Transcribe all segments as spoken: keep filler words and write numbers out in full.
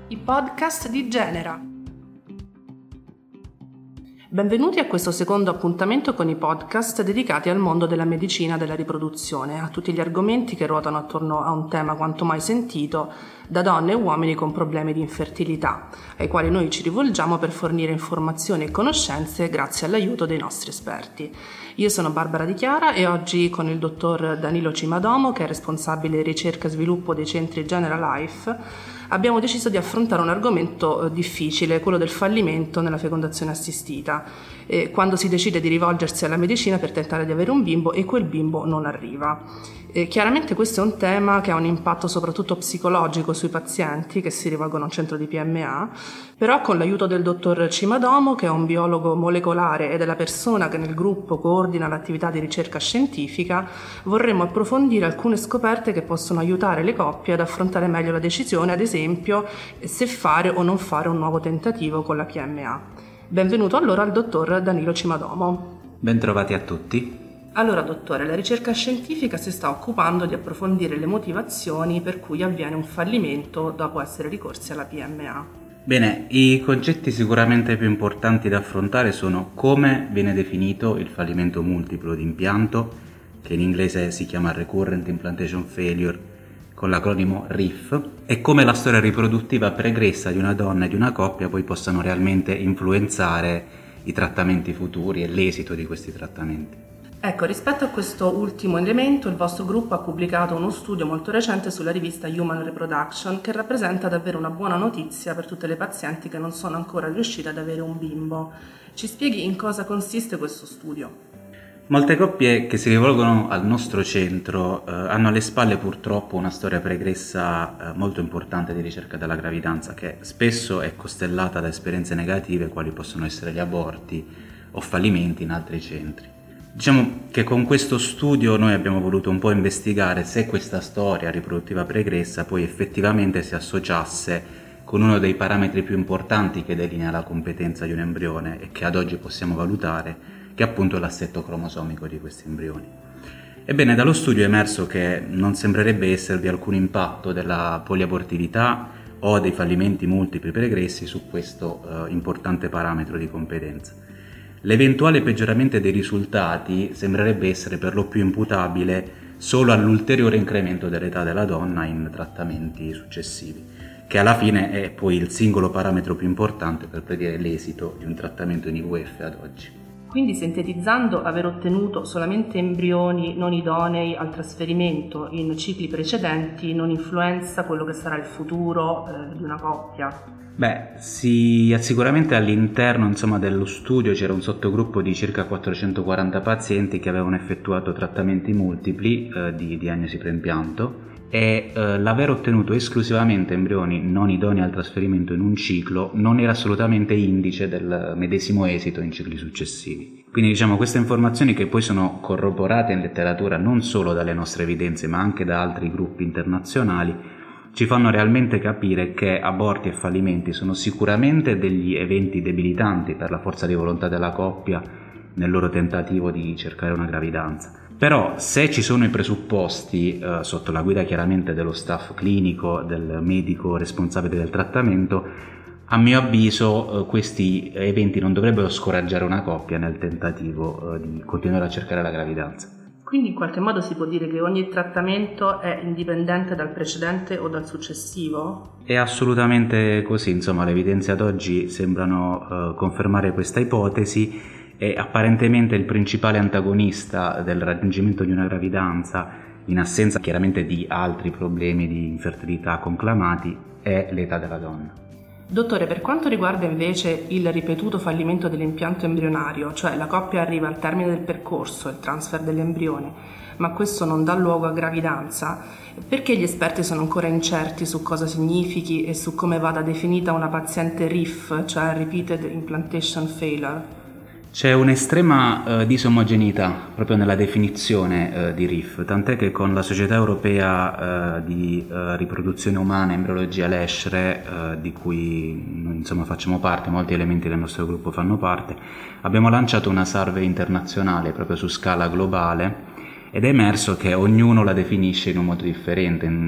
i podcast di Genera. Benvenuti a questo secondo appuntamento con i podcast dedicati al mondo della medicina della riproduzione, a tutti gli argomenti che ruotano attorno a un tema quanto mai sentito da donne e uomini con problemi di infertilità, ai quali noi ci rivolgiamo per fornire informazioni e conoscenze grazie all'aiuto dei nostri esperti. Io sono Barbara Di Chiara e oggi con il dottor Danilo Cimadomo, che è responsabile ricerca e sviluppo dei centri Genera Life, abbiamo deciso di affrontare un argomento difficile, quello del fallimento nella fecondazione assistita, eh, quando si decide di rivolgersi alla medicina per tentare di avere un bimbo e quel bimbo non arriva. Eh, chiaramente questo è un tema che ha un impatto soprattutto psicologico sui pazienti che si rivolgono a un centro di P M A, però con l'aiuto del dottor Cimadomo, che è un biologo molecolare ed è la persona che nel gruppo coordina l'attività di ricerca scientifica, vorremmo approfondire alcune scoperte che possono aiutare le coppie ad affrontare meglio la decisione, ad esempio se fare o non fare un nuovo tentativo con la P M A. Benvenuto allora al dottor Danilo Cimadomo. Bentrovati a tutti. Allora dottore, la ricerca scientifica si sta occupando di approfondire le motivazioni per cui avviene un fallimento dopo essere ricorsi alla P M A. Bene, i concetti sicuramente più importanti da affrontare sono come viene definito il fallimento multiplo di impianto, che in inglese si chiama Recurrent Implantation Failure, con l'acronimo R I F, e come la storia riproduttiva pregressa di una donna e di una coppia poi possano realmente influenzare i trattamenti futuri e l'esito di questi trattamenti. Ecco, rispetto a questo ultimo elemento, il vostro gruppo ha pubblicato uno studio molto recente sulla rivista Human Reproduction che rappresenta davvero una buona notizia per tutte le pazienti che non sono ancora riuscite ad avere un bimbo. Ci spieghi in cosa consiste questo studio? Molte coppie che si rivolgono al nostro centro eh, hanno alle spalle purtroppo una storia pregressa eh, molto importante di ricerca della gravidanza, che spesso è costellata da esperienze negative quali possono essere gli aborti o fallimenti in altri centri. Diciamo che con questo studio noi abbiamo voluto un po' investigare se questa storia riproduttiva pregressa poi effettivamente si associasse con uno dei parametri più importanti che delinea la competenza di un embrione e che ad oggi possiamo valutare, che è appunto l'assetto cromosomico di questi embrioni. Ebbene, dallo studio è emerso che non sembrerebbe esservi alcun impatto della poliabortività o dei fallimenti multipli pregressi su questo eh, importante parametro di competenza. L'eventuale peggioramento dei risultati sembrerebbe essere per lo più imputabile solo all'ulteriore incremento dell'età della donna in trattamenti successivi, che alla fine è poi il singolo parametro più importante per predire l'esito di un trattamento in I V F ad oggi. Quindi, sintetizzando, aver ottenuto solamente embrioni non idonei al trasferimento in cicli precedenti non influenza quello che sarà il futuro eh, di una coppia? Beh, sì, sicuramente all'interno insomma, dello studio c'era un sottogruppo di circa quattrocentoquaranta pazienti che avevano effettuato trattamenti multipli eh, di diagnosi preimpianto e eh, l'aver ottenuto esclusivamente embrioni non idonei al trasferimento in un ciclo non era assolutamente indice del medesimo esito in cicli successivi. Quindi diciamo queste informazioni, che poi sono corroborate in letteratura non solo dalle nostre evidenze ma anche da altri gruppi internazionali, ci fanno realmente capire che aborti e fallimenti sono sicuramente degli eventi debilitanti per la forza di volontà della coppia nel loro tentativo di cercare una gravidanza. Però se ci sono i presupposti, eh, sotto la guida chiaramente dello staff clinico, del medico responsabile del trattamento, a mio avviso eh, questi eventi non dovrebbero scoraggiare una coppia nel tentativo eh, di continuare a cercare la gravidanza. Quindi in qualche modo si può dire che ogni trattamento è indipendente dal precedente o dal successivo? È assolutamente così, insomma le evidenze ad oggi sembrano uh, confermare questa ipotesi e apparentemente il principale antagonista del raggiungimento di una gravidanza, in assenza chiaramente di altri problemi di infertilità conclamati, è l'età della donna. Dottore, per quanto riguarda invece il ripetuto fallimento dell'impianto embrionario, cioè la coppia arriva al termine del percorso, il transfer dell'embrione, ma questo non dà luogo a gravidanza, perché gli esperti sono ancora incerti su cosa significhi e su come vada definita una paziente R I F, cioè Repeated Implantation Failure? C'è un'estrema eh, disomogeneità proprio nella definizione eh, di R I F, tant'è che con la Società Europea eh, di eh, Riproduzione Umana e Embriologia, l'ESHRE, eh, di cui noi insomma facciamo parte, molti elementi del nostro gruppo fanno parte, abbiamo lanciato una survey internazionale proprio su scala globale ed è emerso che ognuno la definisce in un modo differente.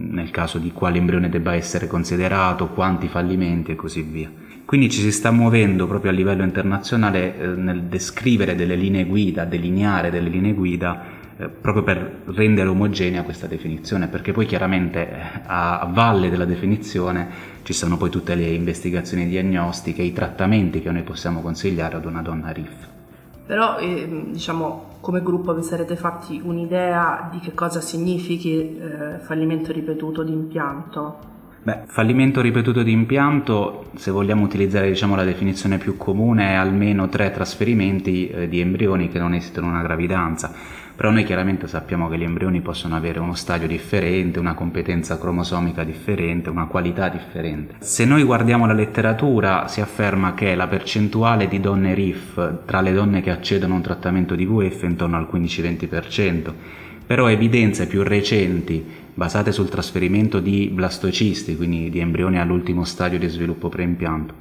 nel caso di quale embrione debba essere considerato, quanti fallimenti e così via. Quindi ci si sta muovendo proprio a livello internazionale eh, nel descrivere delle linee guida, delineare delle linee guida eh, proprio per rendere omogenea questa definizione, perché poi chiaramente eh, a, a valle della definizione ci sono poi tutte le investigazioni diagnostiche, i trattamenti che noi possiamo consigliare ad una donna R I F. Però eh, diciamo come gruppo vi sarete fatti un'idea di che cosa significhi eh, fallimento ripetuto di impianto? Beh, fallimento ripetuto di impianto, se vogliamo utilizzare diciamo la definizione più comune, è almeno tre trasferimenti eh, di embrioni che non esitano una gravidanza, però noi chiaramente sappiamo che gli embrioni possono avere uno stadio differente, una competenza cromosomica differente, una qualità differente. Se noi guardiamo la letteratura si afferma che la percentuale di donne R I F tra le donne che accedono a un trattamento di I V F è intorno al quindici venti per cento, però evidenze più recenti basate sul trasferimento di blastocisti, quindi di embrioni all'ultimo stadio di sviluppo preimpianto,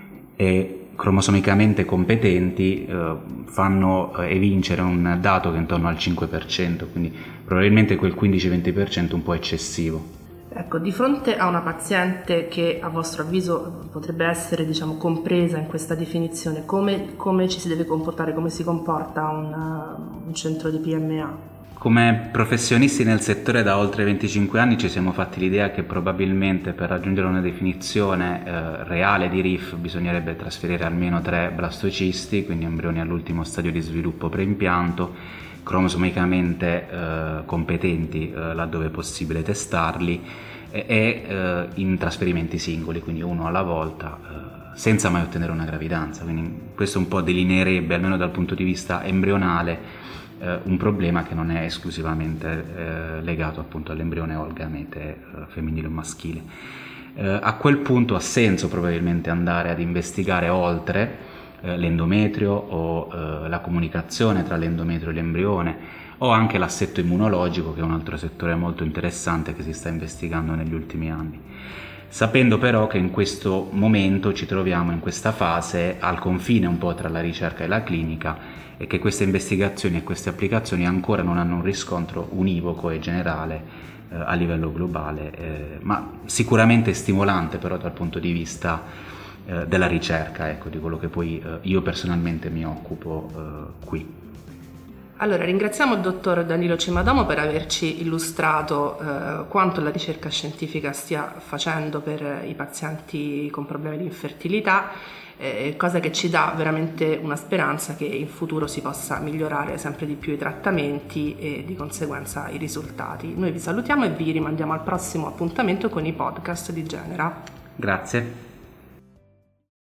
e cromosomicamente competenti eh, fanno evincere un dato che è intorno al cinque per cento, quindi probabilmente quel quindici venti per cento è un po' eccessivo. Ecco, di fronte a una paziente che a vostro avviso potrebbe essere diciamo compresa in questa definizione, come, come ci si deve comportare, come si comporta un, un centro di P M A? Come professionisti nel settore da oltre venticinque anni ci siamo fatti l'idea che probabilmente per raggiungere una definizione eh, reale di R I F bisognerebbe trasferire almeno tre blastocisti, quindi embrioni all'ultimo stadio di sviluppo preimpianto, cromosomicamente eh, competenti eh, laddove è possibile testarli e, e eh, in trasferimenti singoli, quindi uno alla volta, eh, senza mai ottenere una gravidanza. Quindi questo un po' delineerebbe, almeno dal punto di vista embrionale, un problema che non è esclusivamente eh, legato appunto all'embrione o al gamete eh, femminile o maschile. Eh, a quel punto ha senso probabilmente andare ad investigare oltre eh, l'endometrio o eh, la comunicazione tra l'endometrio e l'embrione, o anche l'assetto immunologico, che è un altro settore molto interessante che si sta investigando negli ultimi anni. Sapendo però che in questo momento ci troviamo in questa fase al confine un po' tra la ricerca e la clinica, e che queste investigazioni e queste applicazioni ancora non hanno un riscontro univoco e generale eh, a livello globale, eh, ma sicuramente stimolante però dal punto di vista eh, della ricerca, ecco, di quello che poi eh, io personalmente mi occupo eh, qui. Allora, ringraziamo il dottor Danilo Cimadomo per averci illustrato eh, quanto la ricerca scientifica stia facendo per i pazienti con problemi di infertilità, eh, cosa che ci dà veramente una speranza che in futuro si possa migliorare sempre di più i trattamenti e di conseguenza i risultati. Noi vi salutiamo e vi rimandiamo al prossimo appuntamento con i podcast di Genera. Grazie.